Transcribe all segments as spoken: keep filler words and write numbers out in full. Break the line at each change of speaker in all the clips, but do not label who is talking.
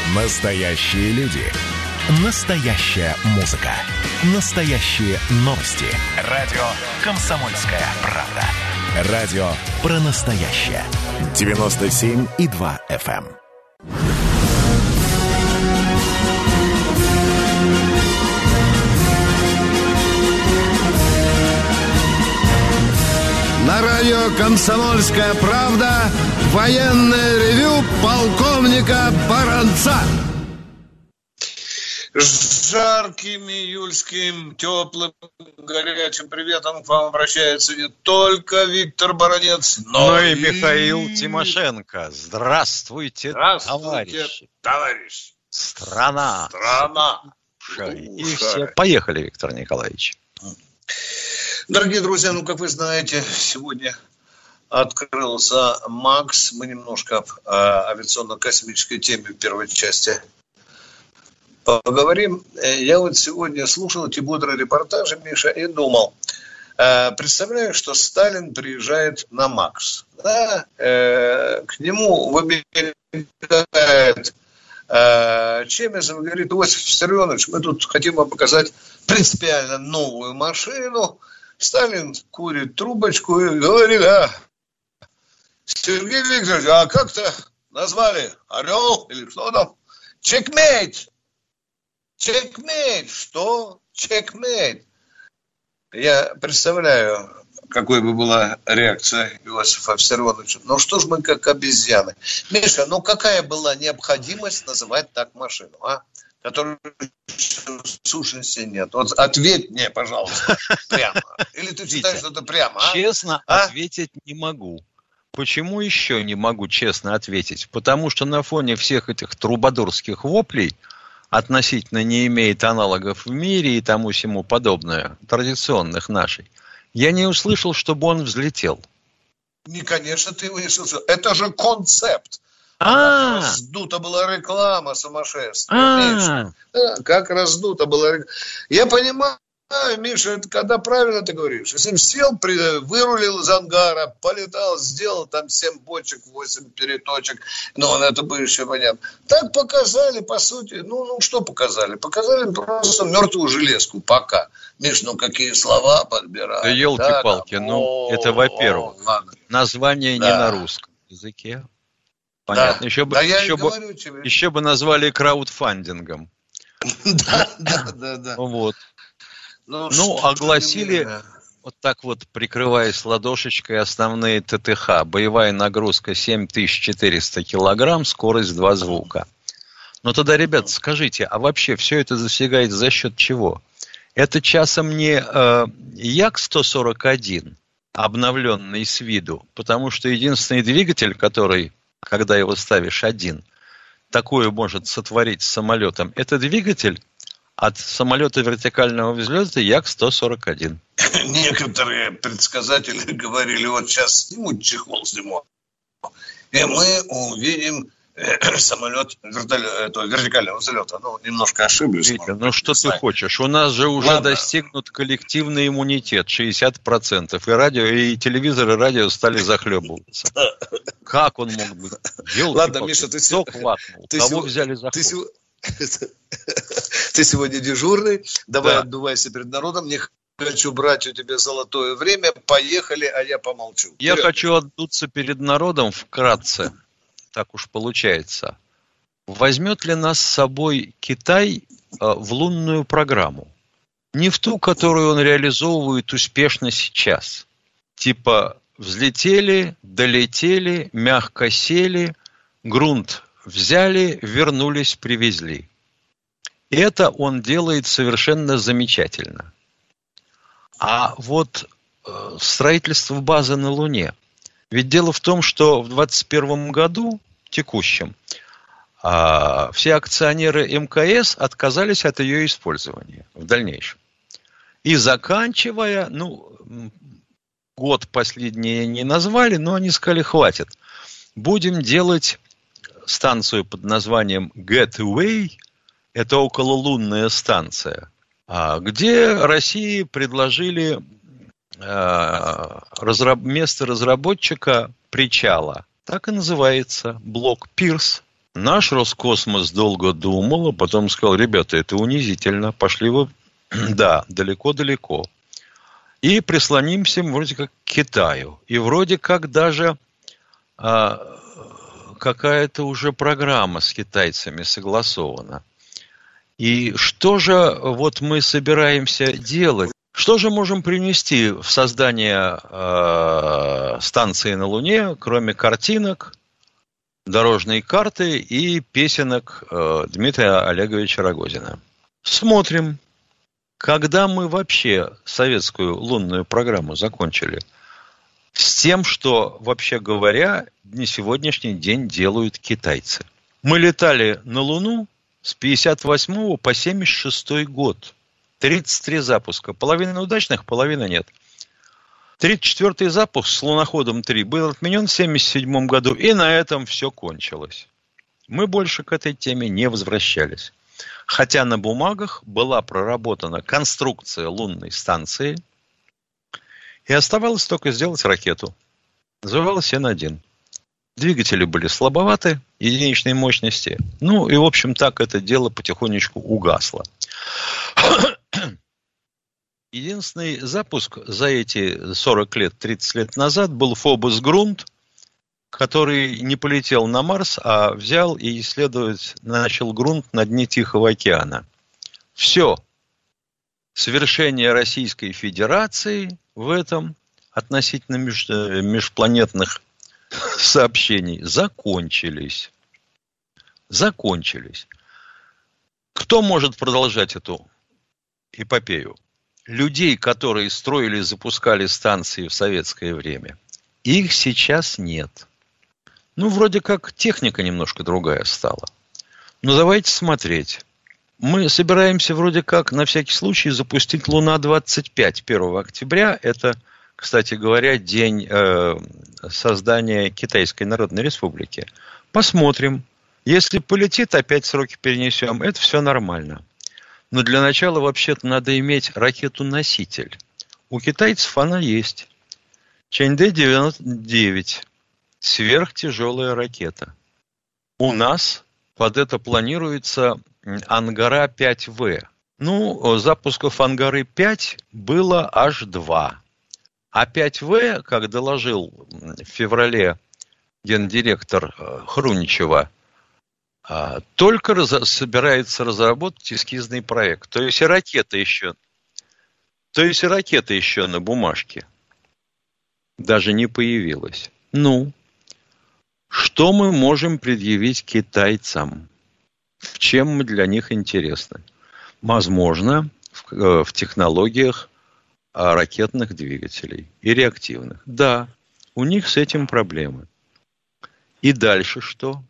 Настоящие люди. Настоящая музыка. Настоящие новости. Радио «Комсомольская правда». Радио про настоящее. девяносто семь и два эф эм.
На радио «Комсомольская правда» военное ревю полковника Баранца.
Жарким июльским, теплым, горячим приветом к вам обращается не только Виктор Баранец, но,
но и
и
Михаил Тимошенко. Здравствуйте,
Здравствуйте,
товарищи.
товарищ.
Страна.
Страна.
И все. Поехали, Виктор Николаевич.
Дорогие друзья, ну, как вы знаете, сегодня открылся МАКС. Мы немножко о авиационно-космической теме в первой части поговорим. Я вот сегодня слушал эти бодрые репортажи, Миша, и думал, представляю, что Сталин приезжает на МАКС. Да, к нему выбегает Чемезов и говорит: Иосиф Виссарионович, мы тут хотим вам показать принципиально новую машину. Сталин курит трубочку и говорит: а, Сергей Викторович, а как-то назвали Орел или что там? Чекмейт! Чекмейт! Что? Чекмейт! Я представляю, какой бы была реакция Иосифа Виссарионовича. Ну что ж мы как обезьяны? Миша, ну какая была необходимость называть так машину, а? Которой в сущности нет. Вот ответь мне, пожалуйста, прямо. Или ты считаешь, что это прямо, а?
Честно
а?
ответить не могу. Почему еще не могу честно ответить? Потому что на фоне всех этих трубадурских воплей, относительно не имеет аналогов в мире и тому сему подобное, традиционных нашей, я не услышал, чтобы он взлетел.
Не, конечно, ты его не слышал. Это же концепт.
А,
раздута была реклама сумасшествия. Как раздута была реклама. Я понимаю, Миша, это когда правильно ты говоришь. Если сел, вырулил из ангара, полетал, сделал там семь бочек, восемь переточек. Ну, это бы еще понятно. Так показали, по сути. Ну, ну что показали? Показали просто мертвую железку пока. Миш, ну какие слова подбирают.
Да елки-палки, да, ну о, это во-первых. О, название да. Не на русском языке. Понятно. Да, еще, бы, да еще, бы, еще бы назвали краудфандингом.
Да, да, да, да.
Вот. Ну, ну огласили, вот так вот, прикрываясь ладошечкой, основные ТТХ. Боевая нагрузка семь тысяч четыреста килограмм, скорость два звука. Но тогда, ребят, скажите, а вообще все это достигает за счет чего? Это часом не э, Як сто сорок один, обновленный с виду, потому что единственный двигатель, который, когда его ставишь один, такое может сотворить с самолетом, это двигатель от самолета вертикального взлета Як сто сорок один.
Некоторые предсказатели говорили, вот сейчас снимут чехол, снимут, и мы увидим самолет вертолета, вертикального взлета. Ну, немножко ошиблись.
Витя, ну что ты хочешь? У нас же уже Ладно. достигнут коллективный иммунитет шестьдесят процентов. И радио, и телевизор, и радио стали захлебываться. Как он мог быть?
Ладно, Миша, ты
сегодня... Кого взяли за
ты, сего... ты сегодня дежурный. Давай да. отдувайся перед народом. Не хочу брать у тебя золотое время. Поехали, а я помолчу.
Я Вперед. хочу отдуться перед народом вкратце. Так уж получается. Возьмет ли нас с собой Китай в лунную программу? Не в ту, которую он реализовывает успешно сейчас. Типа взлетели, долетели, мягко сели, грунт взяли, вернулись, привезли. И это он делает совершенно замечательно. А вот строительство базы на Луне. Ведь дело в том, что в двадцать первом году, текущем, все акционеры эм ка эс отказались от ее использования в дальнейшем. И заканчивая, ну, год последний не назвали, но они сказали, хватит. Будем делать станцию под названием Gateway, это окололунная станция, где России предложили место разработчика причала. Так и называется. Блок Пирс Наш Роскосмос долго думал, а потом сказал: ребята, это унизительно, пошли вы, да, далеко-далеко. И прислонимся вроде как к Китаю. И вроде как даже а, какая-то уже программа с китайцами согласована. И что же вот мы собираемся делать? Что же можем принести в создание э, станции на Луне, кроме картинок, дорожной карты и песенок э, Дмитрия Олеговича Рогозина? Смотрим, когда мы вообще советскую лунную программу закончили, с тем, что, вообще говоря, на сегодняшний день делают китайцы. Мы летали на Луну с пятьдесят восьмого по семьдесят шестой год. тридцать три запуска. Половина удачных, половина нет. тридцать четвёртый запуск с луноходом три был отменен в семьдесят седьмом году, и на этом все кончилось. Мы больше к этой теме не возвращались. Хотя на бумагах была проработана конструкция лунной станции, и оставалось только сделать ракету. Называлась Н один. Двигатели были слабоваты, единичной мощности. Ну и, в общем, так это дело потихонечку угасло. Единственный запуск за эти сорок лет, тридцать лет назад был Фобос Грунт, который не полетел на Марс, а взял и исследовать начал грунт на дне Тихого океана. Все. Свершения Российской Федерации в этом относительно меж, межпланетных сообщений закончились. Закончились. Кто может продолжать эту эпопею? Людей, которые строили и запускали станции в советское время. Их сейчас нет. Ну, вроде как техника немножко другая стала. Но давайте смотреть. Мы собираемся вроде как на всякий случай запустить Луна-двадцать пять первого октября. Это, кстати говоря, день э, создания Китайской Народной Республики. Посмотрим. Если полетит, опять сроки перенесем. Это все нормально. Но для начала вообще-то надо иметь ракету-носитель. У китайцев она есть. Чаньдэ девяносто девять. Сверхтяжелая ракета. У нас под это планируется Ангара пять вэ. Ну, запусков Ангары пять было аж два. А пять вэ, как доложил в феврале гендиректор Хруничева, только раз, собирается разработать эскизный проект. То есть и ракета еще, то есть и ракета еще на бумажке даже не появилась. Ну, что мы можем предъявить китайцам? В чем мы для них интересны? Возможно, в, в технологиях ракетных двигателей и реактивных. Да, у них с этим проблемы. И дальше что?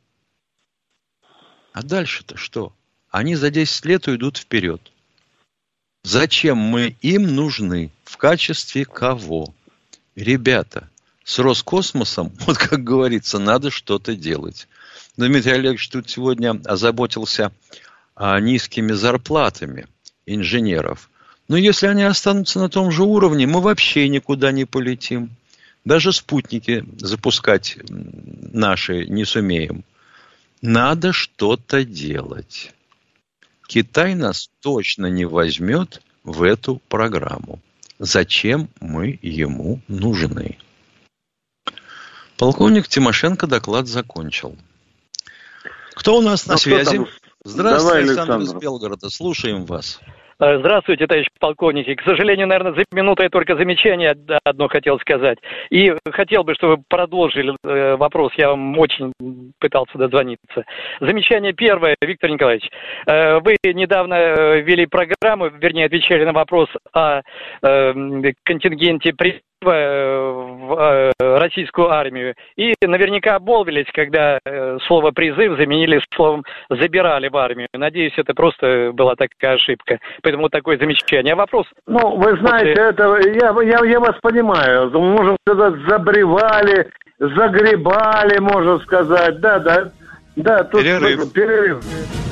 А дальше-то что? Они за десять лет уйдут вперед. Зачем мы им нужны? В качестве кого? Ребята, с Роскосмосом, вот как говорится, надо что-то делать. Дмитрий Олегович тут сегодня озаботился низкими зарплатами инженеров. Но если они останутся на том же уровне, мы вообще никуда не полетим. Даже спутники запускать наши не сумеем. Надо что-то делать. Китай нас точно не возьмет в эту программу. Зачем мы ему нужны? Полковник Тимошенко доклад закончил. Кто у нас на ну, связи? Здравствуйте, Александр, Александр из Белгорода. Слушаем вас.
Здравствуйте, товарищ полковники. К сожалению, наверное, за минуту я только замечание одно хотел сказать. И хотел бы, чтобы вы продолжили вопрос. Я вам очень пытался дозвониться. Замечание первое, Виктор Николаевич. Вы недавно вели программу, вернее, отвечали на вопрос о контингенте призыва в российскую армию. И наверняка обмолвились, когда слово «призыв» заменили словом «забирали в армию». Надеюсь, это просто была такая ошибка. Поэтому вот такое замечание. А вопрос...
Ну, вы знаете, после... это я, я, я вас понимаю. Можно сказать, забревали, загребали, можно сказать. Да, да. Да, тут
перерыв.
перерыв.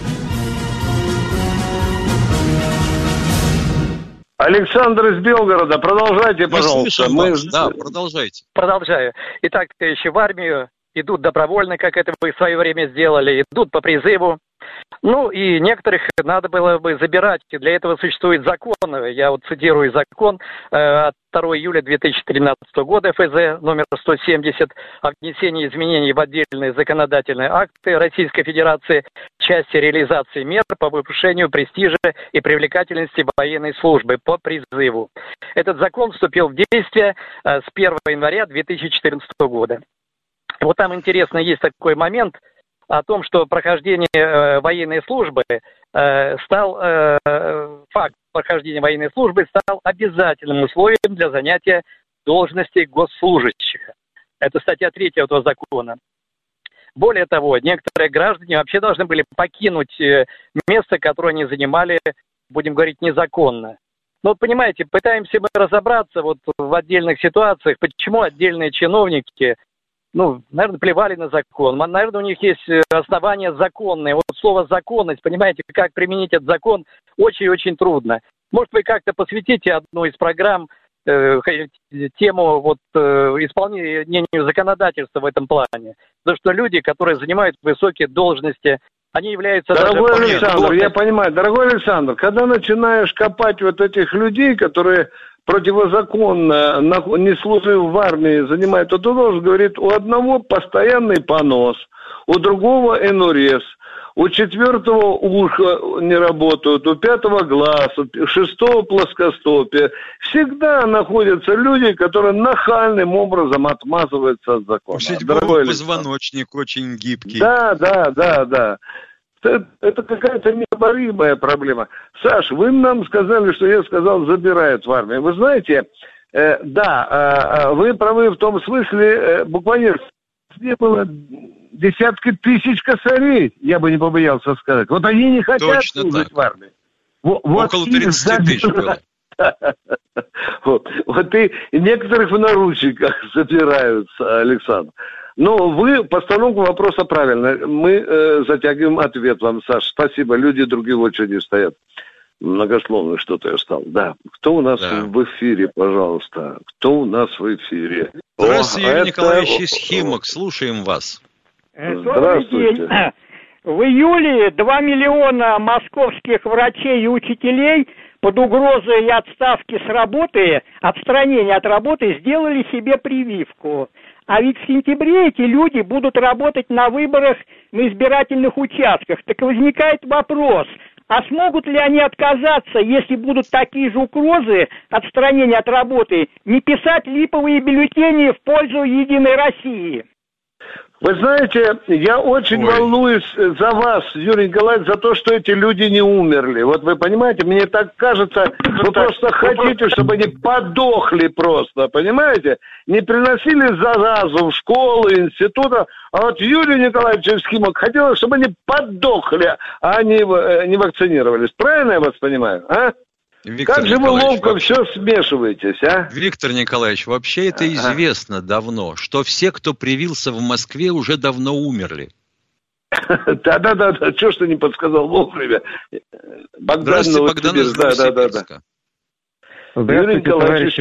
Александр из Белгорода, продолжайте,
Мы
пожалуйста.
Мы... Да, продолжайте.
Продолжаю. Итак, еще в армию идут добровольно, как это вы в свое время сделали, идут по призыву. Ну, и некоторых надо было бы забирать. Для этого существует закон. Я вот цитирую закон э, от второго июля две тысячи тринадцатого года эф зэ номер сто семьдесят о внесении изменений в отдельные законодательные акты Российской Федерации в части реализации мер по повышению престижа и привлекательности военной службы по призыву. Этот закон вступил в действие э, с первого января две тысячи четырнадцатого года. Вот там интересно, есть такой момент о том, что прохождение э, военной службы э, стал, э, факт прохождения военной службы стал обязательным условием для занятия должностей госслужащих. Это статья третья этого закона. Более того, некоторые граждане вообще должны были покинуть э, место, которое они занимали, будем говорить, незаконно. Но вот понимаете, пытаемся мы разобраться вот в отдельных ситуациях, почему отдельные чиновники, ну, наверное, плевали на закон. Наверное, у них есть основания законные. Вот слово «законность», понимаете, как применить этот закон, очень-очень трудно. Может, вы как-то посвятите одну из программ э, тему вот, э, исполнения законодательства в этом плане. Потому что люди, которые занимают высокие должности, они являются...
Дорогой
даже...
Александр, я понимаю. Дорогой Александр, когда начинаешь копать вот этих людей, которые... противозаконно, не служив в армии, занимает, то ты должен говорить, у одного постоянный понос, у другого энурез, у четвертого уха не работают, у пятого глаз, у шестого плоскостопие. Всегда находятся люди, которые нахальным образом отмазываются от закона.
У седьмого позвоночник очень гибкий.
Да, да, да, да. Это какая-то необоримая проблема. Саш, вы нам сказали, что я сказал, забирают в армию. Вы знаете, э, да, э, вы правы в том смысле, э, буквально не было десятки тысяч косарей, я бы не побоялся сказать. Вот они не хотят
Точно
служить
так.
в армии. Вот,
Около тридцать тысяч было.
Вот, вот и некоторых в наручниках забираются, Александр. Но вы постановку вопроса правильно. Мы э, затягиваем ответ вам, Саш. Спасибо. Люди другие в очереди стоят. Многословно что-то я стал. Да. Кто у нас да. в эфире, пожалуйста? Кто у нас в эфире?
Здравствуйте, Юрий это... Николаевич из Химок. Слушаем вас.
Здравствуйте.
В июле два миллиона московских врачей и учителей под угрозой отставки с работы, отстранения от работы, сделали себе прививку. А ведь в сентябре эти люди будут работать на выборах на избирательных участках. Так возникает вопрос, а смогут ли они отказаться, если будут такие же угрозы отстранения от работы, не писать липовые бюллетени в пользу Единой России?
Вы знаете, я очень Ой. волнуюсь за вас, Юрий Николаевич, за то, что эти люди не умерли. Вот вы понимаете, мне так кажется, вы просто хотите, чтобы они подохли просто, понимаете? Не приносили заразу в школы, институты. А вот Юрий Николаевич из Химок хотел, чтобы они подохли, а они не вакцинировались. Правильно я вас понимаю, а?
Виктор
как же вы ловко вообще... все смешиваетесь, а?
Виктор Николаевич, вообще это ага. известно давно, что все, кто привился в Москве, уже давно умерли.
Да-да-да, чего ж ты не подсказал вовремя?
Богдан Здравствуйте, Богдан из Новосибирска.
Здравствуйте, товарищи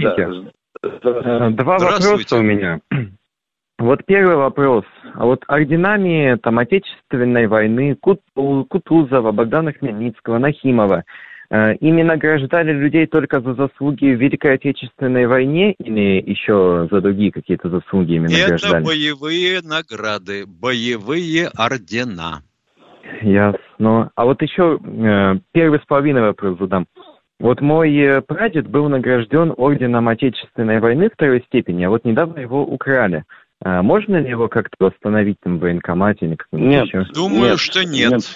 полковники. Два вопроса у меня. Вот первый вопрос. А вот орденами там Отечественной войны Кутузова, Богдана Хмельницкого, Нахимова ими награждали людей только за заслуги в Великой Отечественной войне или еще за другие какие-то заслуги ими награждали?
Это боевые награды, боевые ордена.
Ясно. А вот еще э, первый с половиной вопрос задам. Вот мой прадед был награжден орденом Отечественной войны второй степени, а вот недавно его украли. А можно ли его как-то восстановить там в военкомате или как-нибудь
нет,
еще?
Думаю, нет, что нет. нет.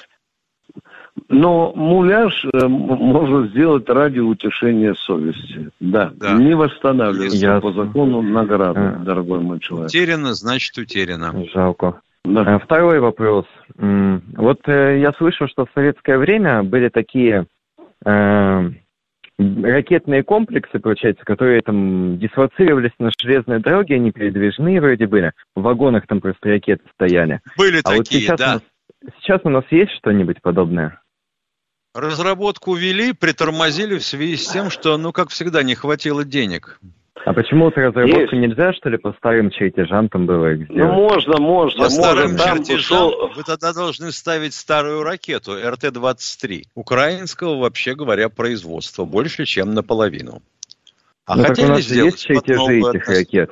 Но муляж э, можно сделать ради утешения совести. Да, да. Не восстанавливается Ясно. По закону награды, а. дорогой мой человек.
Утеряно, значит утеряно.
Жалко. Да. Второй вопрос. Вот э, я слышал, что в советское время были такие э, ракетные комплексы, получается, которые там дислоцировались на железной дороге, они передвижные вроде были, в вагонах там просто ракеты стояли.
Были
а
такие,
вот сейчас
да.
У нас, сейчас у нас есть что-нибудь подобное?
Разработку ввели, притормозили в связи с тем, что, ну, как всегда, не хватило денег.
А почему вот разработку есть. Нельзя, что ли, по старым чертежам там было их сделать?
Ну, можно, можно.
По старым
можно.
чертежам там... вы тогда должны ставить старую ракету эр тэ двадцать три. Украинского, вообще говоря, производства больше, чем наполовину. А
ну,
хотели
так у нас
сделать
есть чертежи этих
относ...
ракет?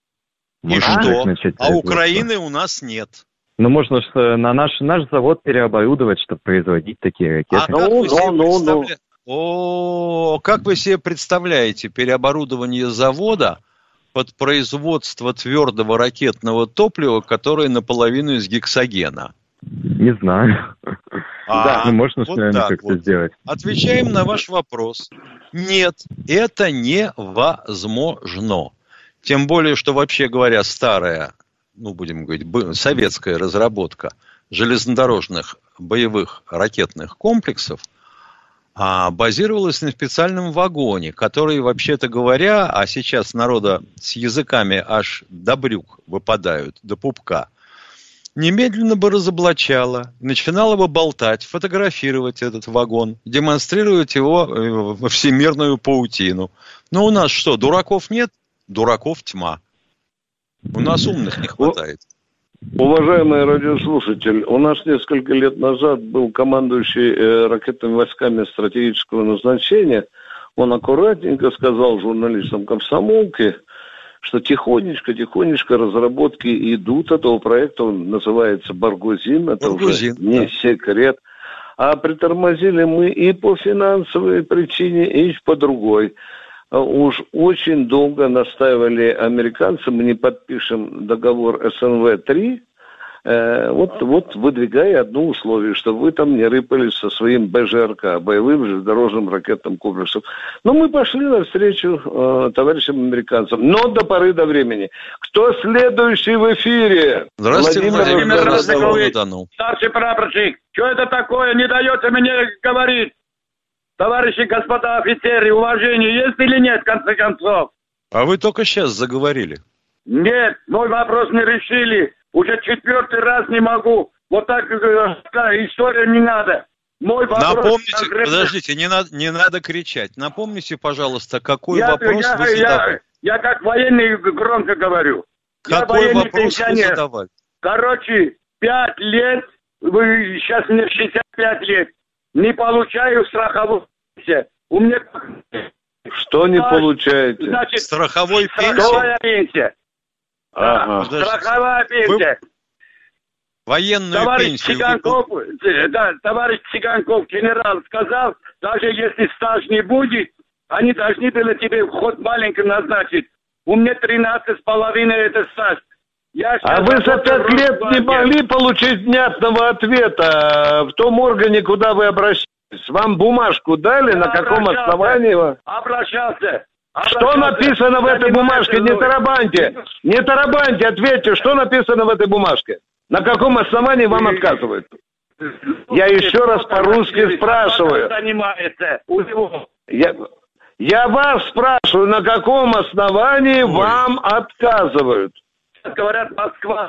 И можно что? А Украины у нас нет.
Ну, можно что на наш, наш завод переоборудовать, чтобы производить такие ракеты.
А как вы себе ну, представля... ну. О, как вы себе представляете переоборудование завода под производство твердого ракетного топлива, которое наполовину из гексогена?
Не знаю.
А,
да, ну можно,
вот
наверное, как-то
вот.
сделать.
Отвечаем на ваш вопрос. Нет, это невозможно. Тем более, что, вообще говоря, старая, ну, будем говорить, советская разработка железнодорожных боевых ракетных комплексов а, базировалась на специальном вагоне, который, вообще-то говоря, а сейчас народа с языками аж до брюк выпадают, до пупка, немедленно бы разоблачала, начинала бы болтать, фотографировать этот вагон, демонстрировать его во всемирную паутину. Но у нас что, дураков нет? Дураков тьма. У нас умных не хватает.
Уважаемый радиослушатель, у нас несколько лет назад был командующий э, ракетными войсками стратегического назначения. Он аккуратненько сказал журналистам комсомолки, что тихонечко-тихонечко разработки идут этого проекта. Он называется «Баргузин». Это
Баргузин,
уже не
да.
секрет. А притормозили мы и по финансовой причине, и по другой. Уж очень долго настаивали американцы, мы не подпишем договор эс эн вэ три, э, вот, вот выдвигая одно условие, чтобы вы там не рыпались со своим бэ жэ эр ка, боевым железнодорожным ракетным комплексом. Но мы пошли навстречу э, товарищам американцам, но до поры до времени. Кто следующий в эфире?
Здравствуйте, Владимир,
Владимир Владимирович. Старший прапорщик, что это такое, не дается мне говорить? Товарищи, господа офицеры, уважение есть или нет, в конце концов?
А вы только сейчас заговорили.
Нет, мой вопрос не решили. Уже четвертый раз не могу. Вот так история не надо. Мой вопрос...
Напомните,
конкретно...
подождите, не надо, не надо кричать. Напомните, пожалуйста, какой
я,
вопрос
я,
вы задавали.
Я, я как военный громко говорю.
Какой вопрос вы задавали?
Короче, пять лет, вы сейчас мне шестьдесят пять лет. Не получаю страховую пенсию. У меня...
Что не получаете?
Значит,
страховой пенсии?
Страховая пенсия.
Ага.
Да, страховая пенсия.
Вы... Военную
товарищ
пенсию.
Цыганков, вы... да, товарищ Цыганков, генерал, сказал, даже если стаж не будет, они должны были тебе вход маленький назначить. У меня тринадцать с половиной это стаж. Я
а вы за пять лет не могли получить внятного ответа в том органе, куда вы обращались? Вам бумажку дали, я на каком основании?
Обращался. обращался.
Что написано в этой бумажке? Не тарабаньте. Не тарабаньте, ответьте, что написано в этой бумажке? На каком основании вам отказывают? Я еще раз по-русски спрашиваю. Я, я вас спрашиваю, на каком основании Ой. вам отказывают?
Говорят, Москва.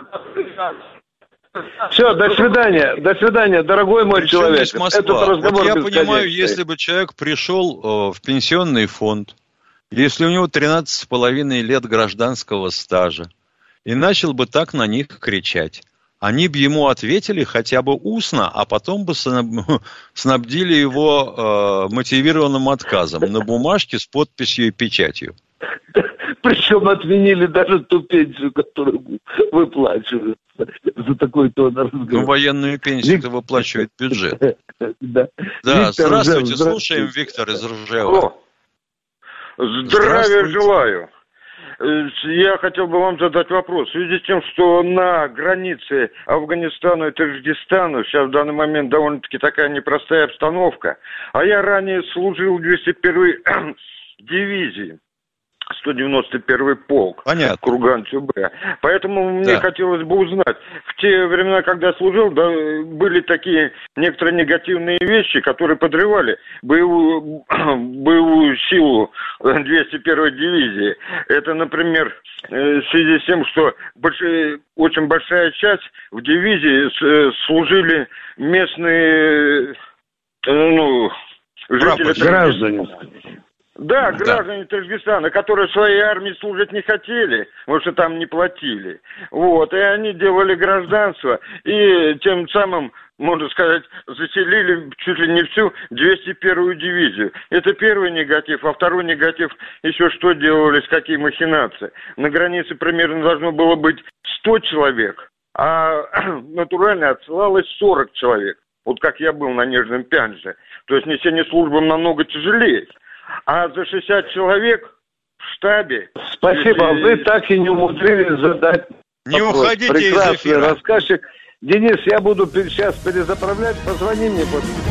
Все, до свидания, до свидания, дорогой мой
Причем
человек.
Этот разговор вот я понимаю, если бы человек пришел э, в пенсионный фонд, если у него тринадцать с половиной лет гражданского стажа, и начал бы так на них кричать, они бы ему ответили хотя бы устно, а потом бы снабдили его э, мотивированным отказом на бумажке с подписью и печатью.
Причем отменили даже ту пенсию, которую выплачивают за такой тон разговор.
Ну, военную пенсию-то выплачивает бюджет. Да, да, здравствуйте, слушаем Виктор из Ржева.
Здравия желаю. Я хотел бы вам задать вопрос. В связи с тем, что на границе Афганистана и Таджикистана сейчас в данный момент довольно-таки такая непростая обстановка, а я ранее служил в двести первой дивизии. сто девяносто первый полк.
Понятно.
Курган-Чубе. Поэтому
да.
мне хотелось бы узнать, в те времена, когда служил, да, были такие некоторые негативные вещи, которые подрывали боевую, боевую силу двести первой дивизии. Это, например, в связи с тем, что большая, очень большая часть в дивизии служили местные, ну, жители...
Граждане.
Да, граждане да. Таджикистана, которые в своей армии служить не хотели, потому что там не платили. Вот, и они делали гражданство, и тем самым, можно сказать, заселили чуть ли не всю двести первую дивизию. Это первый негатив, а второй негатив еще что делались, какие махинации. На границе примерно должно было быть сто человек, а натурально отсылалось сорок человек. Вот как я был на Нежном Пянже. То есть несение службы намного тяжелее. А за шестьдесят человек в штабе...
Спасибо, если... вы так и не умудрились задать
не
вопрос.
Уходите
Прекрасный
из эфира.
рассказчик. Денис, я буду сейчас перезаправлять, позвони мне.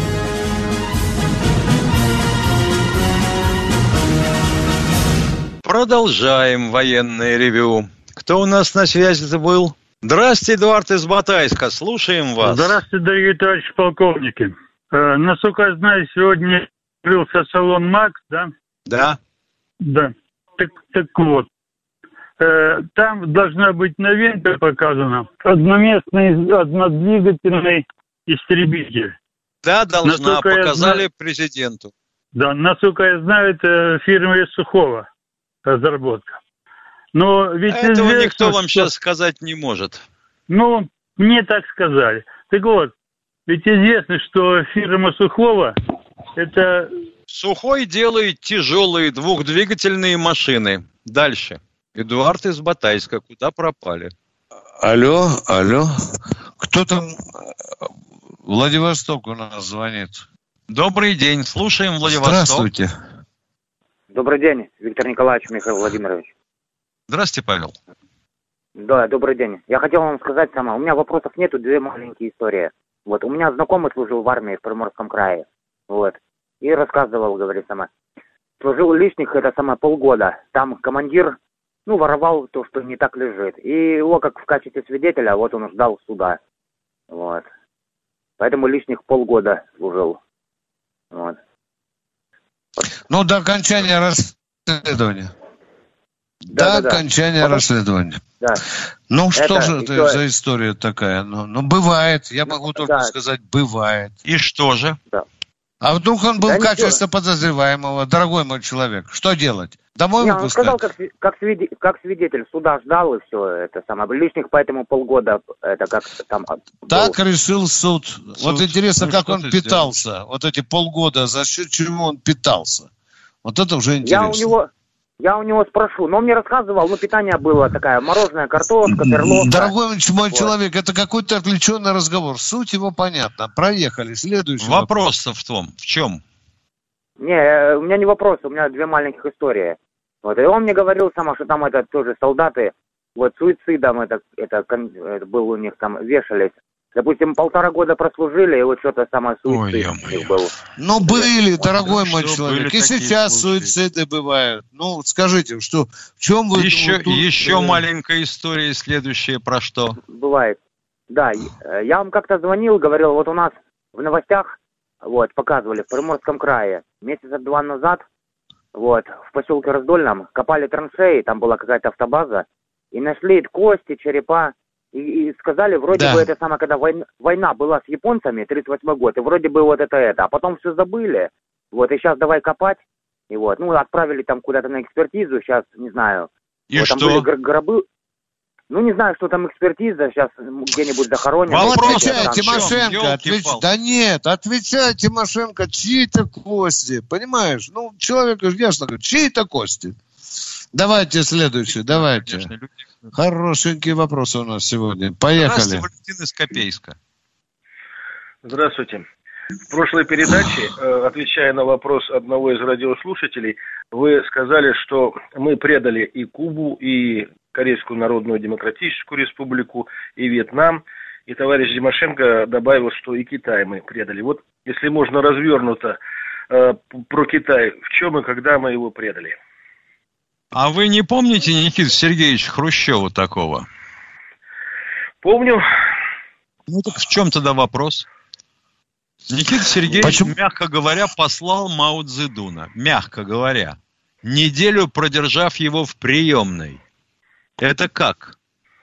Продолжаем военное ревю. Кто у нас на связи-то был? Здравствуйте, Эдуард из Батайска. Слушаем вас.
Здравствуйте, дорогие товарищи полковники. Э, насколько я знаю, сегодня открылся салон МАКС, да?
Да.
Да. Так, так вот. Э, там должна быть новинка показана. Одноместный, однодвигательный истребитель.
Да, должна.
Насколько
показали
знаю,
президенту.
Да, насколько я знаю, это фирма Сухого разработка. Но ведь
Этого
известно,
никто вам
что...
сейчас сказать не может.
Ну, мне так сказали. Так вот, ведь известно, что фирма Сухого это...
Сухой делает тяжелые двухдвигательные машины. Дальше. Эдуард из Батайска. Куда пропали?
Алло, алло. Кто там? Владивосток у нас звонит.
Добрый день. Слушаем Владивосток.
Здравствуйте.
Добрый день, Виктор Николаевич, Михаил Владимирович.
Здравствуйте, Павел.
Да, добрый день. Я хотел вам сказать сама, у меня вопросов нету, две маленькие истории. Вот, у меня знакомый служил в армии в Приморском крае. Вот. И рассказывал, говорит сама. Служил лишних, это самое, полгода. Там командир, ну, воровал то, что не так лежит. И его, как в качестве свидетеля, вот он ждал суда. Вот. Поэтому лишних полгода служил. Вот.
Ну, до окончания расследования.
Да,
до
да,
окончания
да.
расследования.
Да.
Ну, что
это,
же это
еще...
за история такая? Ну, ну бывает. Я могу только
да.
сказать, бывает.
И что же?
Да.
А вдруг он был
да
в качестве подозреваемого? Дорогой мой человек, что делать? Домой
не,
выпускать?
Он сказал, как, как, свиде, как свидетель суда ждал, и все это самое. Лишних поэтому полгода, это как там...
Так
был.
решил суд. суд. Вот интересно,
ну,
как он питался.
Сделал?
Вот эти полгода, за счет чего он питался. Вот это уже интересно.
Я у него... Я у него спрошу, но он мне рассказывал, ну, питание было такое, мороженое, картошка, перловка.
Дорогой мой
вот.
человек, это какой-то отвлеченный разговор. Суть его понятна. Проехали. Следующий
вопрос. Вопрос-то в том, в чем?
Не, у меня не вопрос, у меня две маленьких истории. Вот, и он мне говорил сама, что там это тоже солдаты, вот, суицидом это, это, это был у них там, вешались. Допустим, полтора года прослужили, и вот что-то самое суицид
Ой,
был.
Ну, были, дорогой
да,
мой человек. И сейчас случаи. Суициды бывают. Ну, скажите, что, в чем вы...
Еще,
тут,
еще
э...
маленькая история, следующая про что?
Бывает. Да, я вам как-то звонил, говорил, вот у нас в новостях, вот, показывали, в Приморском крае, месяца два назад, вот, в поселке Раздольном, копали траншеи, там была какая-то автобаза, и нашли кости, черепа, И, и сказали, вроде да. бы это самое, когда война, война была с японцами, тридцать восьмой год, и вроде бы вот это это, а потом все забыли, вот, и сейчас давай копать, и вот, ну, отправили там куда-то на экспертизу, сейчас, не знаю.
И
вот,
что?
Там были гр- гробы, ну, не знаю, что там экспертиза, сейчас где-нибудь захоронено.
Отвечай, Тимошенко, отвеч... да нет, отвечай, Тимошенко, чьи-то кости, понимаешь, ну, человек, ясно, чьи-то кости. Давайте следующий, давайте. Конечно, люди... Хорошенькие вопросы у нас сегодня. Поехали.
Здравствуйте, Валентин из Копейска.
Здравствуйте. В прошлой передаче, отвечая на вопрос одного из радиослушателей, вы сказали, что мы предали и Кубу, и Корейскую Народную Демократическую Республику, и Вьетнам. И товарищ Тимошенко добавил, что и Китай мы предали. Вот если можно развернуто э, про Китай, в чем и когда мы его предали?
А вы не помните Никита Сергеевича Хрущева такого?
Помню.
Ну так в чем тогда вопрос? Никита Сергеевич, Почему? мягко говоря, послал Мао Цзэдуна. Мягко говоря. Неделю продержав его в приемной. Это как?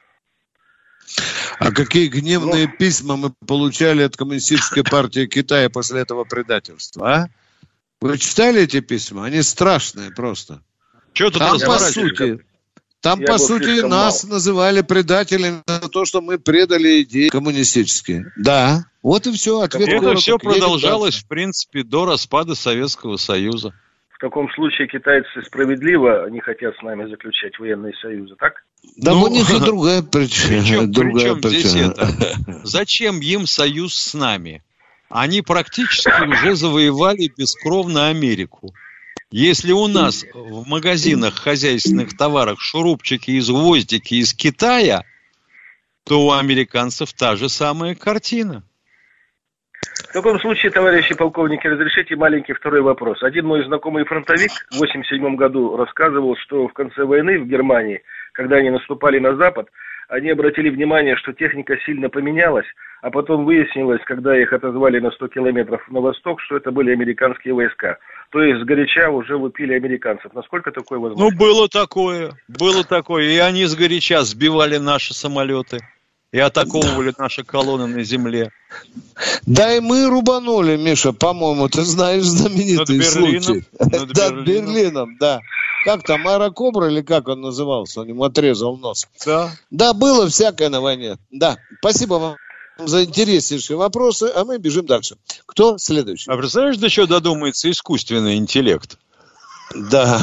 А какие гневные ну... письма мы получали от Коммунистической партии Китая после этого предательства, а? Вы читали эти письма? Они страшные просто.
Что тут
там, по сути, там, по сути, нас мало. называли предателями за то, что мы предали идеи коммунистические. Да. Вот и все. Ответ
Это
короток.
все продолжалось, в принципе, до распада Советского Союза.
В таком случае китайцы справедливо не хотят с нами заключать военные союзы, так?
Да ну, у них и другая причина.
Причем,
другая
причем здесь
причина.
это? Зачем им союз с нами? Они практически уже завоевали бескровно Америку. Если у нас в магазинах хозяйственных товарах шурупчики и гвоздики из Китая, то у американцев та же самая картина.
В таком случае, товарищи полковники, разрешите маленький второй вопрос. Один мой знакомый фронтовик в восемьдесят седьмом году рассказывал, что в конце войны в Германии, когда они наступали на Запад, они обратили внимание, что техника сильно поменялась, а потом выяснилось, когда их отозвали на сто километров на восток, что это были американские войска. То есть сгоряча уже лупили американцев. Насколько такое возможно?
Ну, было такое, было такое. И они сгоряча сбивали наши самолеты и атаковывали наши колонны на земле.
Да и мы рубанули, Миша, по-моему, ты знаешь знаменитый
над
случай.
Над
Над Берлином, да. Как там, аэрокобра или как он назывался? Он ему отрезал нос.
Да.
Да, было всякое на войне. Да, спасибо вам за интереснейшие вопросы, а мы бежим дальше. Кто следующий?
А представляешь, до чего додумается искусственный интеллект?
Да.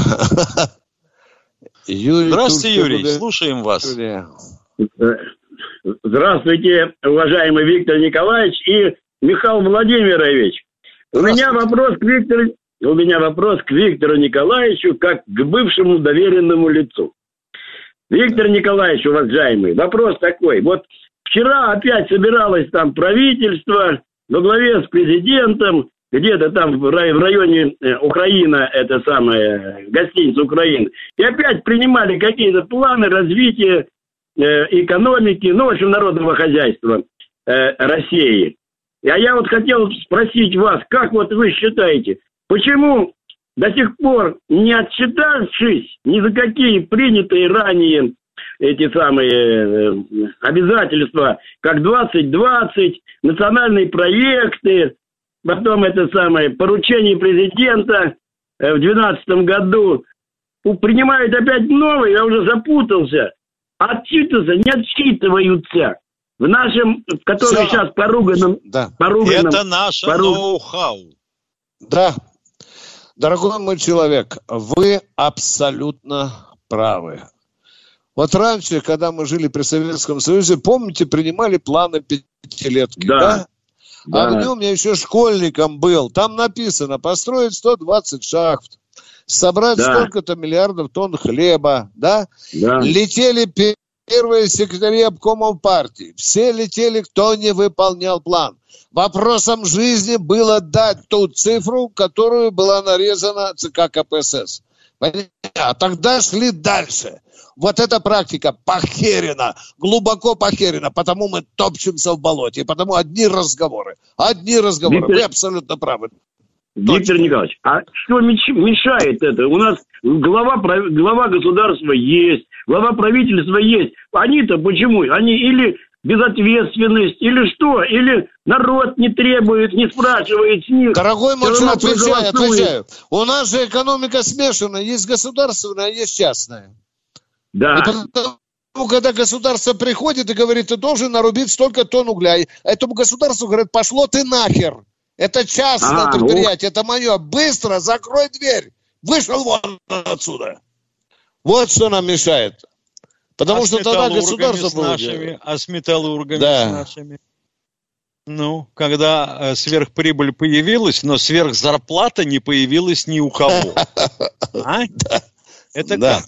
Юрий, здравствуйте, Юрий, будет... слушаем вас.
Здравствуйте, уважаемый Виктор Николаевич и Михаил Владимирович. У меня вопрос к Виктору, у меня вопрос к Виктору Николаевичу как к бывшему доверенному лицу. Виктор Николаевич, уважаемый, вопрос такой. Вот вчера опять собиралось там правительство во главе с президентом, где-то там в районе Украина, это самая гостиница Украины, и опять принимали какие-то планы развития э, экономики, ну, в общем, народного хозяйства э, России. А я вот хотел спросить вас, как вот вы считаете, почему до сих пор, не отчитавшись ни за какие принятые ранее эти самые э, обязательства, как двадцать двадцать, национальные проекты, потом это самое поручение президента э, в двенадцатом году, принимают опять новые, я уже запутался, отчитываются, не отчитываются. В нашем, в котором сейчас поруганном...
Да.
поруганном это наше поруг... ноу-хау.
Да. Дорогой мой человек, вы абсолютно правы. Вот раньше, когда мы жили при Советском Союзе, помните, принимали планы пятилетки, да? да?
Да.
А в нем я еще школьником был. Там написано, построить сто двадцать шахт, собрать да. столько-то миллиардов тонн хлеба, да?
Да.
Летели первые секретари обкомов партии. Все летели, кто не выполнял план. Вопросом жизни было дать ту цифру, которую была нарезана ЦК КПСС. А тогда шли дальше. Вот эта практика похерена, глубоко похерена, потому мы топчемся в болоте, потому одни разговоры, одни разговоры.
Виктор...
Вы абсолютно правы.
Виктор
Точно.
Николаевич, а что мешает это? У нас глава, глава государства есть, глава правительства есть. Они-то почему? Они или безответственность, или что? Или народ не требует, не спрашивает с них.
Дорогой мой человек, отвечаю, отвечаю. У нас же экономика смешанная, есть государственная, есть частная.
Да.
И потому, когда государство приходит и говорит, ты должен нарубить столько тонн угля, этому государству говорят, пошло ты нахер. Это частное а, предприятие, вот. Это мое. Быстро закрой дверь. Вышел вон отсюда. Вот что нам мешает. Потому а что тогда государство было.
Нашими, а с металлургами да. с нашими. Ну, когда э, сверхприбыль появилась, но сверхзарплата не появилась ни у кого. А? Это как?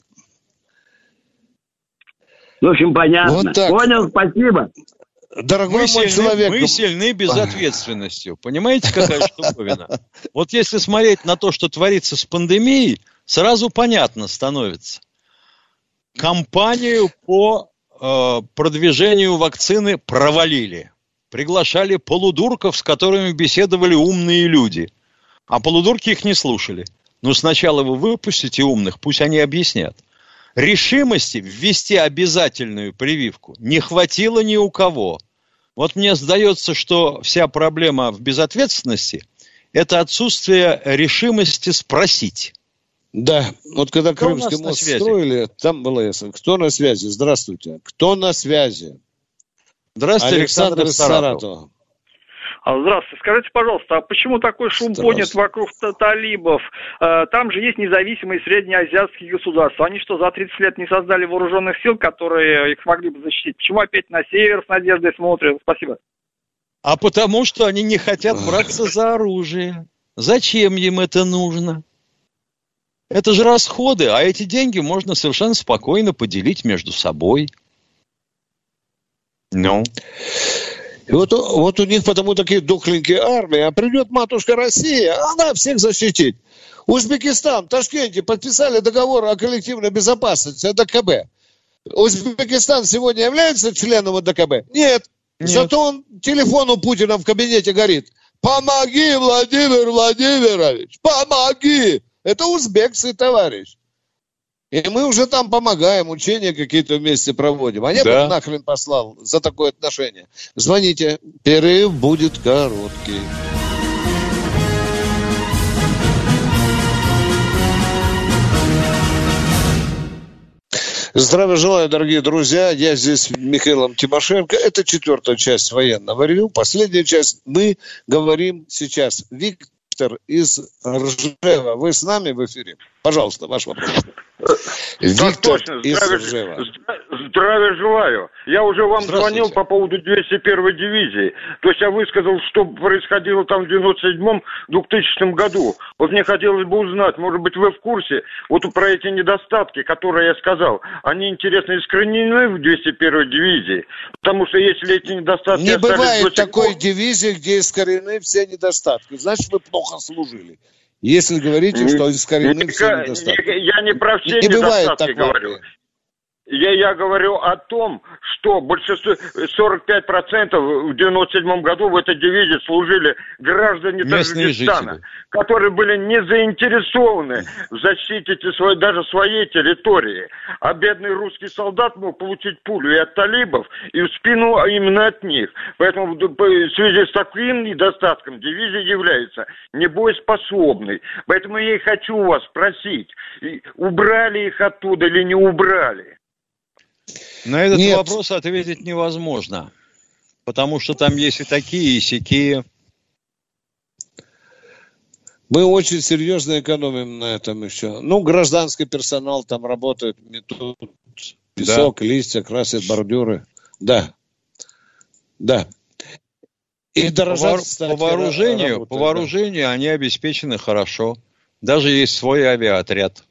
В общем, понятно. Понял, спасибо.
Дорогой
мы
мой
сильны,
человек.
Мы сильны безответственностью. Понимаете, какая штуковина? Вот если смотреть на то, что творится с пандемией, сразу понятно становится. Кампанию по э, продвижению вакцины провалили. Приглашали полудурков, с которыми беседовали умные люди. А полудурки их не слушали. Но сначала вы выпустите умных, пусть они объяснят. Решимости ввести обязательную прививку не хватило ни у кого. Вот мне сдается, что вся проблема в безответственности это отсутствие решимости спросить.
Да, вот когда Кто Крымский мост строили, там было ясно. Кто на связи? Здравствуйте. Кто на связи?
Здравствуйте, Александр, Александр из Саратова.
Здравствуйте. Скажите, пожалуйста, а почему такой шум поднят вокруг талибов? Там же есть независимые среднеазиатские государства. Они что, за тридцать лет не создали вооруженных сил, которые их смогли бы защитить? Почему опять на север с надеждой смотрят? Спасибо.
А потому что они не хотят браться за оружие. Зачем им это нужно? Это же расходы, а эти деньги можно совершенно спокойно поделить между собой. Ну...
И вот, вот у них потому такие дохленькие армии, а придет матушка Россия, она всех защитит. Узбекистан, в Ташкенте подписали договор о коллективной безопасности, о ДКБ. Узбекистан сегодня является членом ДКБ? Нет. Нет. Зато он, телефон у Путина в кабинете горит. Помоги, Владимир Владимирович, помоги. Это узбекцы, товарищ. И мы уже там помогаем, учения какие-то вместе проводим. А я да. бы нахрен послал за такое отношение. Звоните. Перерыв будет короткий. Здравия желаю, дорогие друзья. Я здесь с Михаилом Тимошенко. Это четвертая часть военного ревью. Последняя часть. Мы говорим сейчас. Виктор из Ржева. Вы с нами в эфире? Пожалуйста, ваш вопрос.
Так точно. Здравия, здравия желаю. Я уже вам звонил по поводу двести первой дивизии. То есть я высказал, что происходило там в девяносто седьмом — двухтысячном году. Вот мне хотелось бы узнать, может быть, вы в курсе вот про эти недостатки, которые я сказал, они, интересно, искоренены в двести первой дивизии? Потому что если эти недостатки...
Не бывает такой дивизии, где искореneны все недостатки. Значит, вы плохо служили. Если говорите, что искореneны все недостатки.
Я не про все не недостатки говорю. Я, я говорю о том, что большинство, сорок пять процентов в девяносто седьмом году в этой дивизии служили граждане Таджикистана, которые были не заинтересованы в защите своей, даже своей территории. А бедный русский солдат мог получить пулю и от талибов, и в спину именно от них. Поэтому в связи с таким недостатком дивизия является небоеспособной. Поэтому я и хочу у вас спросить, убрали их оттуда или не убрали?
На этот
Нет.
вопрос ответить невозможно, потому что там есть и такие, и сякие.
Мы очень серьезно экономим на этом еще. Ну, гражданский персонал там работает, метут песок, да. листья, красят бордюры. Да, да. И дорожат,
по,
кстати,
по вооружению, работают, по вооружению да. они обеспечены хорошо. Даже есть свой авиаотряд.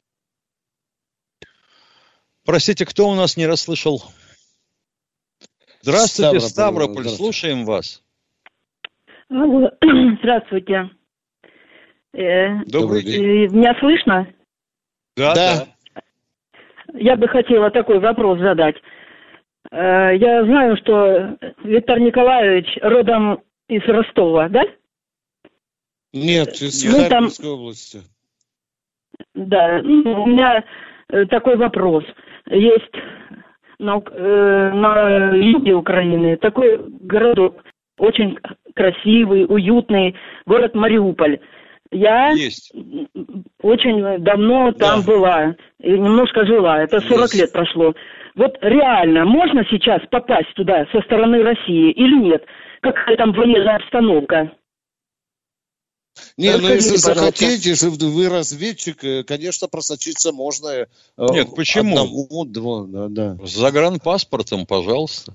Простите, кто у нас не расслышал? Здравствуйте, Ставрополь, Ставрополь. Здравствуйте. Слушаем вас.
Алло. Здравствуйте.
Добрый день.
Меня слышно?
Да, да.
Я бы хотела такой вопрос задать. Я знаю, что Виктор Николаевич родом из Ростова, да?
Нет, из
ну,
Харьковской там... области.
Да, у меня такой вопрос. Есть на, э, на юге Украины такой городок, очень красивый, уютный, город Мариуполь. Я Есть. очень давно там да. была и немножко жила, это сорок Есть. лет прошло. Вот реально, можно сейчас попасть туда со стороны России или нет? Какая там военная обстановка?
Не, ну если захотите, если вы разведчик, конечно, просочиться можно.
Нет, почему?
Одному, два, да, да.
С загранпаспортом, пожалуйста.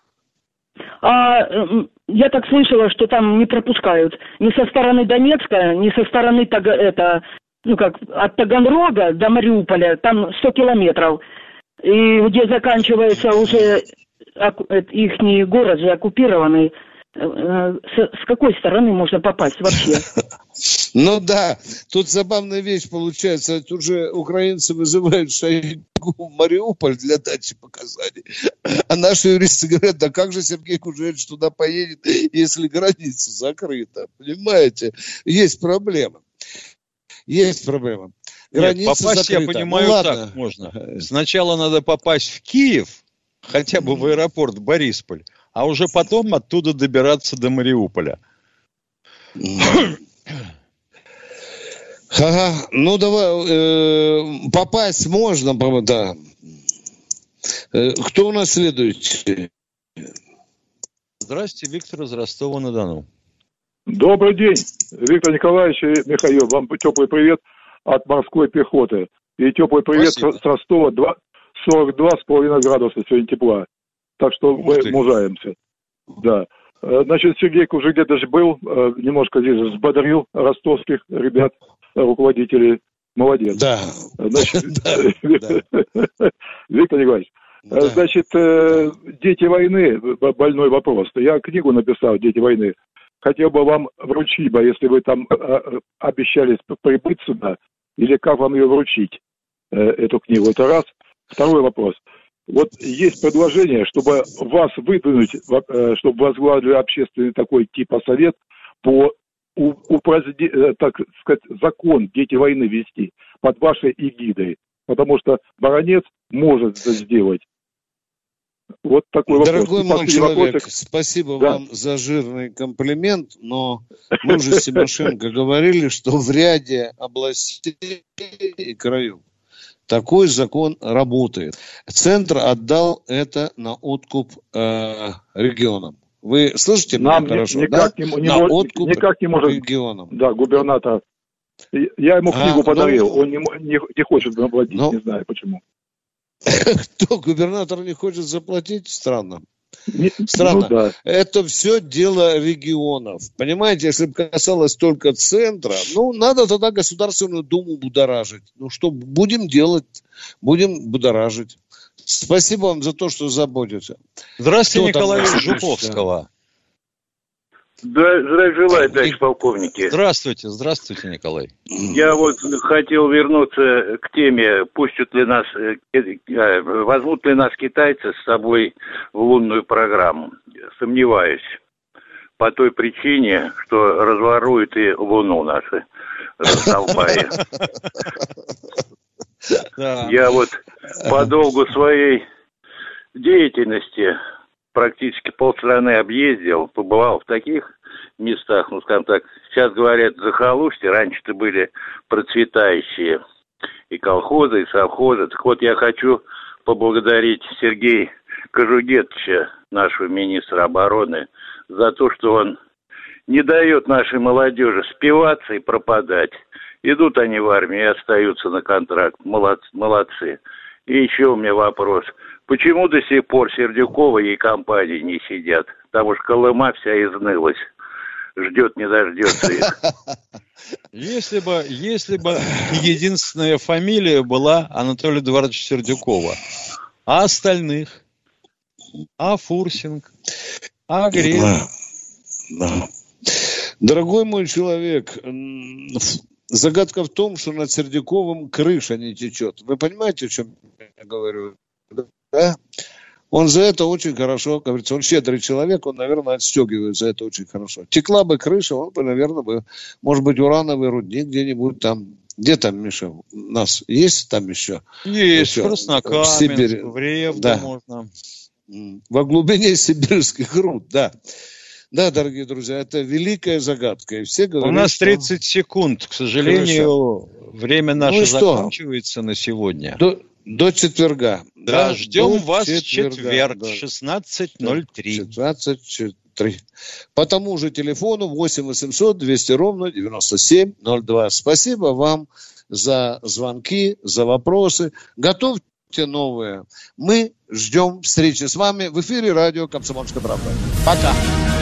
А я так слышала, что там не пропускают ни со стороны Донецка, ни со стороны Тага, это, ну как, от Таганрога до Мариуполя, там сто километров. И где заканчивается уже ихний город же оккупированный. С, с какой стороны можно попасть вообще?
Ну да, тут забавная вещь получается. Тут же украинцы вызывают Шойгу в Мариуполь для дачи показаний. А наши юристы говорят, да как же Сергей Кужевич туда поедет, если граница закрыта? Понимаете? Есть проблема. Есть проблема. Граница
Нет, попасть,
закрыта.
Я понимаю, ну, так можно. Сначала надо попасть в Киев, хотя бы в аэропорт Борисполь, а уже потом оттуда добираться до Мариуполя.
Ага, ну давай, э, попасть можно, да. Э, кто у нас следующий?
Здрасте, Виктор из Ростова-на-Дону.
Добрый день, Виктор Николаевич и Михаил. Вам теплый привет от морской пехоты. И теплый привет Спасибо. С Ростова, сорок два с половиной градуса сегодня тепла. Так что Ух мы ты. мужаемся. Да. Значит, Сергей Кужегедович был, немножко здесь взбодрил ростовских ребят, руководителей. Молодец.
Да.
Значит, Виктор Николаевич, значит, дети войны, больной вопрос. Я книгу написал «Дети войны». Хотел бы вам вручить бы, если вы там обещались прибыть сюда, или как вам ее вручить, эту книгу. Это раз. Второй вопрос. Вот есть предложение, чтобы вас выдвинуть, чтобы возглавили общественный такой типа совет по упразднить, так сказать, закон «Дети войны» вести под вашей эгидой. Потому что баронец может это сделать. Вот такой
Дорогой
вопрос.
мой человек, вопросик. Спасибо да. вам за жирный комплимент, но мы уже с Тимошенко говорили, что в ряде областей и краев такой закон работает. Центр отдал это на откуп э, регионам. Вы слышите меня хорошо?
Никак,
да?
не, не, на откуп никак не может.
Регионам.
Да, губернатор. Я ему книгу а, подарил, ну, он не, не, не хочет заплатить, ну, не знаю почему.
Кто, губернатор не хочет заплатить? Странно. Не, Странно. Ну, да. Это все дело регионов. Понимаете, если бы касалось только центра, ну, надо тогда Государственную Думу будоражить. Ну, что будем делать? Будем будоражить. Спасибо вам за то, что заботитесь.
Здравствуйте, Кто Николай из Жуковского.
Здравия желаю, товарищ полковники.
Здравствуйте, здравствуйте, Николай.
Я вот хотел вернуться к теме, пустят ли нас, возьмут ли нас китайцы с собой в лунную программу. Сомневаюсь. По той причине, что разворуют и Луну наши раздолбаи. Я вот по долгу своей деятельности практически полстраны объездил, побывал в таких местах, ну, скажем так, сейчас говорят захолустье, раньше-то были процветающие и колхозы, и совхозы. Так вот, я хочу поблагодарить Сергея Кожугетовича, нашего министра обороны, за то, что он не дает нашей молодежи спиваться и пропадать. Идут они в армию и остаются на контракт. Молодцы. молодцы. И еще у меня вопрос. Почему до сих пор Сердюкова и компании не сидят? Потому что Колыма вся изнылась. Ждет, не дождется их.
Если бы, если бы единственная фамилия была Анатолия Эдуардовича Сердюкова, а остальных? А Фурсинг? А Грек?
Да. Да. Дорогой мой человек, загадка в том, что над Сердюковым крыша не течет. Вы понимаете, о чем я говорю? Да? Он за это очень хорошо, говорится, он щедрый человек, он, наверное, отстегивает за это очень хорошо. Текла бы крыша, он бы, наверное, бы, может быть, урановый рудник где-нибудь там. Где там, Миша? У нас есть там еще?
Есть, еще? В Краснокаменск, в Сибири. В Ревду да. можно.
Во глубине сибирских руд, да. Да, дорогие друзья, это великая загадка. И все говорят,
у нас тридцать что... секунд, к сожалению, хорошо. Время наше ну заканчивается на сегодня.
До, до четверга.
Да, да ждем вас в четверг, да. шестнадцать ноль три.
шестнадцать три. По тому же телефону восемь восемьсот двести ровно девяносто семь ноль два. Спасибо вам за звонки, за вопросы. Готовьте новые. Мы ждем встречи с вами в эфире радио «Комсомольская правда». Пока.